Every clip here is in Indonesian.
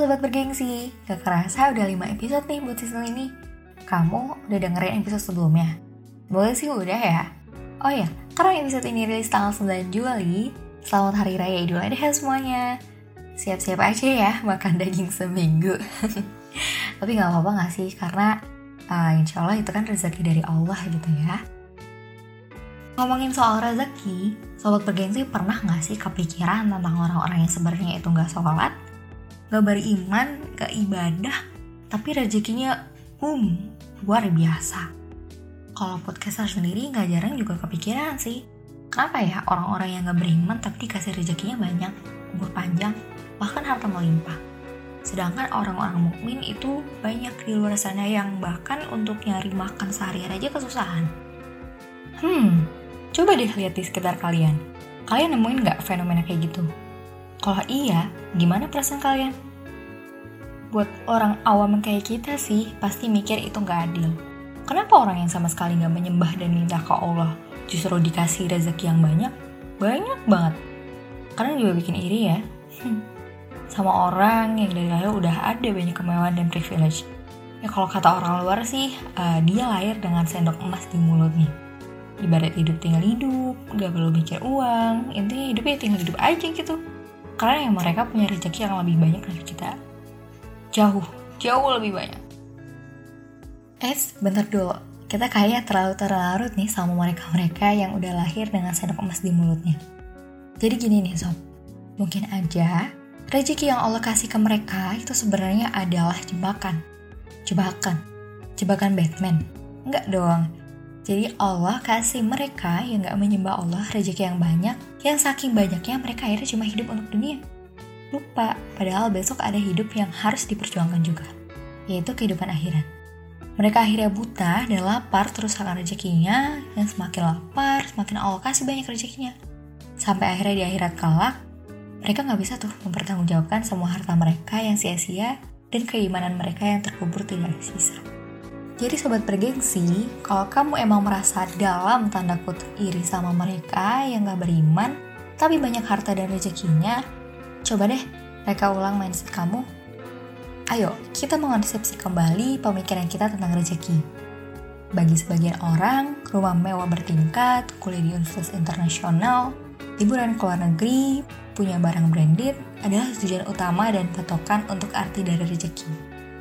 Sobat bergengsi, gak kerasa udah 5 episode nih buat season ini. Kamu udah dengerin episode sebelumnya? Boleh sih udah ya. Oh ya, karena episode ini rilis tanggal 9 Juli, selamat Hari Raya Idul Adha semuanya. Siap-siap aja ya makan daging seminggu. Tapi gak apa-apa gak sih, karena insya Allah itu kan rezeki dari Allah gitu ya. Ngomongin soal rezeki, sobat bergengsi pernah gak sih kepikiran tentang orang-orang yang sebenarnya itu gak sholat, gak beriman, gak ibadah, tapi rezekinya luar biasa. Kalau podcaster sendiri gak jarang juga kepikiran sih, kenapa ya orang-orang yang gak beriman tapi dikasih rezekinya banyak, umur panjang, bahkan harta melimpah. Sedangkan orang-orang mukmin itu banyak di luar sana yang bahkan untuk nyari makan sehari-hari aja kesusahan. Coba deh lihat di sekitar kalian. Kalian nemuin gak fenomena kayak gitu? Kalau iya, gimana perasaan kalian? Buat orang awam kayak kita sih, pasti mikir itu gak adil. Kenapa orang yang sama sekali gak menyembah dan minta ke Allah justru dikasih rezeki yang banyak? Banyak banget. Kadang juga bikin iri ya. Sama orang yang dari lahir udah ada banyak kemewahan dan privilege. Ya kalau kata orang luar sih, dia lahir dengan sendok emas di mulutnya. Ibarat hidup tinggal hidup, gak perlu mikir uang, intinya hidupnya tinggal hidup aja gitu. Karena yang mereka punya rezeki yang lebih banyak dari kita. Jauh lebih banyak. Bentar dulu. Kita kayak terlalu terlarut nih sama mereka-mereka yang udah lahir dengan sendok emas di mulutnya. Jadi gini nih sob, mungkin aja rezeki yang Allah kasih ke mereka itu sebenarnya adalah jebakan Batman. Enggak dong. Jadi Allah kasih mereka yang gak menyembah Allah rezeki yang banyak, yang saking banyaknya mereka akhirnya cuma hidup untuk dunia. Lupa, padahal besok ada hidup yang harus diperjuangkan juga, yaitu kehidupan akhirat. Mereka akhirnya buta dan lapar terus akan rezekinya, yang semakin lapar, semakin Allah kasih banyak rezekinya. Sampai akhirnya di akhirat kelak, mereka gak bisa tuh mempertanggungjawabkan semua harta mereka yang sia-sia dan keimanan mereka yang terkubur tidak ada sisa. Jadi sobat bergengsi, kalau kamu emang merasa dalam tanda kutip iri sama mereka yang gak beriman, tapi banyak harta dan rezekinya, coba deh reka ulang mindset kamu. Ayo, kita mengkonsepsi kembali pemikiran kita tentang rezeki. Bagi sebagian orang, rumah mewah bertingkat, kuliah di universitas internasional, liburan ke luar negeri, punya barang branded adalah tujuan utama dan patokan untuk arti dari rezeki.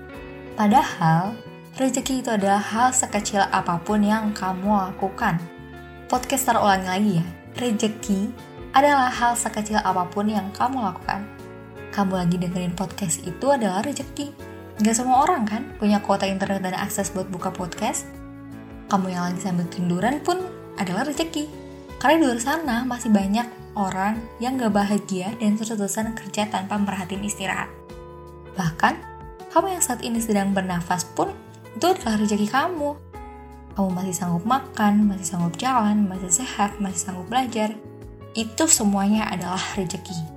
Padahal, rezeki itu adalah hal sekecil apapun yang kamu lakukan. Podcaster ulangi lagi ya, rezeki adalah hal sekecil apapun yang kamu lakukan. Kamu lagi dengerin podcast itu adalah rezeki. Gak semua orang kan punya kuota internet dan akses buat buka podcast. Kamu yang lagi sambil tiduran pun adalah rezeki. Karena di luar sana masih banyak orang yang gak bahagia dan terus-terusan kerja tanpa merhatiin istirahat. Bahkan, kamu yang saat ini sedang bernafas pun itu adalah rezeki kamu. Kamu masih sanggup makan, masih sanggup jalan, masih sehat, masih sanggup belajar. Itu semuanya adalah rezeki.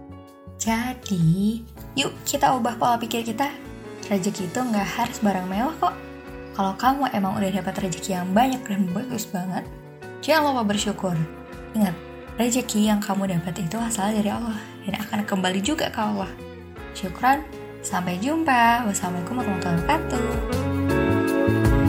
Jadi, yuk kita ubah pola pikir kita. Rezeki itu gak harus barang mewah kok. Kalau kamu emang udah dapat rezeki yang banyak dan bagus banget, jangan lupa bersyukur. Ingat, rezeki yang kamu dapat itu asal dari Allah dan akan kembali juga ke Allah. Syukran, sampai jumpa. Wassalamualaikum warahmatullahi wabarakatuh.